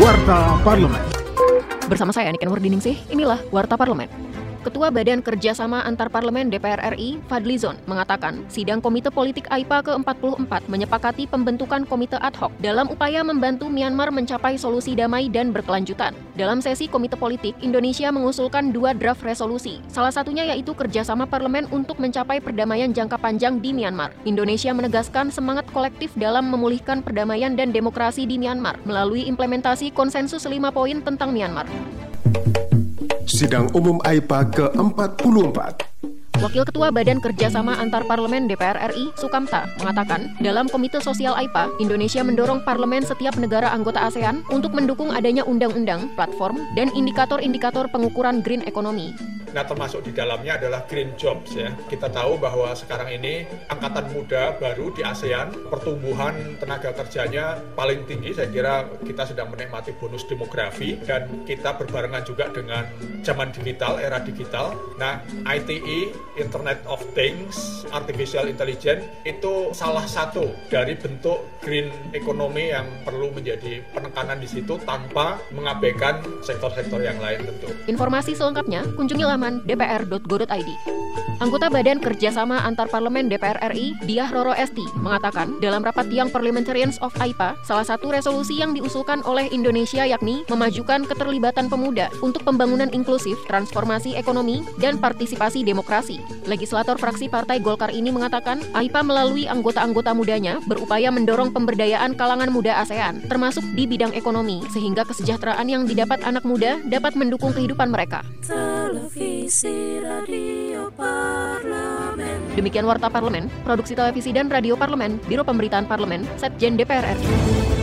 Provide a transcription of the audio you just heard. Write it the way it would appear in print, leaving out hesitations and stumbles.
Warta Parlemen. Bersama saya Niken Wardiningsih, inilah Warta Parlemen. Ketua Badan Kerjasama Antar Parlemen DPR RI, Fadlizon, mengatakan sidang Komite Politik AIPA ke-44 menyepakati pembentukan komite ad hoc dalam upaya membantu Myanmar mencapai solusi damai dan berkelanjutan. Dalam sesi Komite Politik, Indonesia mengusulkan 2 draft resolusi, salah satunya yaitu kerjasama parlemen untuk mencapai perdamaian jangka panjang di Myanmar. Indonesia menegaskan semangat kolektif dalam memulihkan perdamaian dan demokrasi di Myanmar melalui implementasi konsensus 5 poin tentang Myanmar. Sidang Umum AIPA ke-44. Wakil Ketua Badan Kerjasama Antar Parlemen DPR RI, Sukamta, mengatakan, dalam Komite Sosial AIPA, Indonesia mendorong parlemen setiap negara anggota ASEAN untuk mendukung adanya undang-undang, platform, dan indikator-indikator pengukuran green economy. Nah, termasuk di dalamnya adalah green jobs ya. Kita tahu bahwa sekarang ini angkatan muda baru di ASEAN, pertumbuhan tenaga kerjanya paling tinggi. Saya kira kita sedang menikmati bonus demografi dan kita berbarengan juga dengan zaman digital, era digital. Nah, ITE, Internet of Things, Artificial Intelligence, itu salah satu dari bentuk green economy yang perlu menjadi penekanan di situ tanpa mengabaikan sektor-sektor yang lain tentu. Informasi selengkapnya, kunjungi laman dpr.go.id. Anggota Badan Kerjasama Antar Parlemen DPR RI, Diah Roro Esti, mengatakan dalam rapat Young Parliamentarians of AIPA, salah satu resolusi yang diusulkan oleh Indonesia yakni memajukan keterlibatan pemuda untuk pembangunan inklusif, transformasi ekonomi, dan partisipasi demokrasi. Legislator fraksi Partai Golkar ini mengatakan AIPA melalui anggota-anggota mudanya berupaya mendorong pemberdayaan kalangan muda ASEAN, termasuk di bidang ekonomi, sehingga kesejahteraan yang didapat anak muda dapat mendukung kehidupan mereka. Televisi Radio Parlemen. Demikian Warta Parlemen, Produksi Televisi dan Radio Parlemen, Biro Pemberitaan Parlemen, Setjen DPR RI.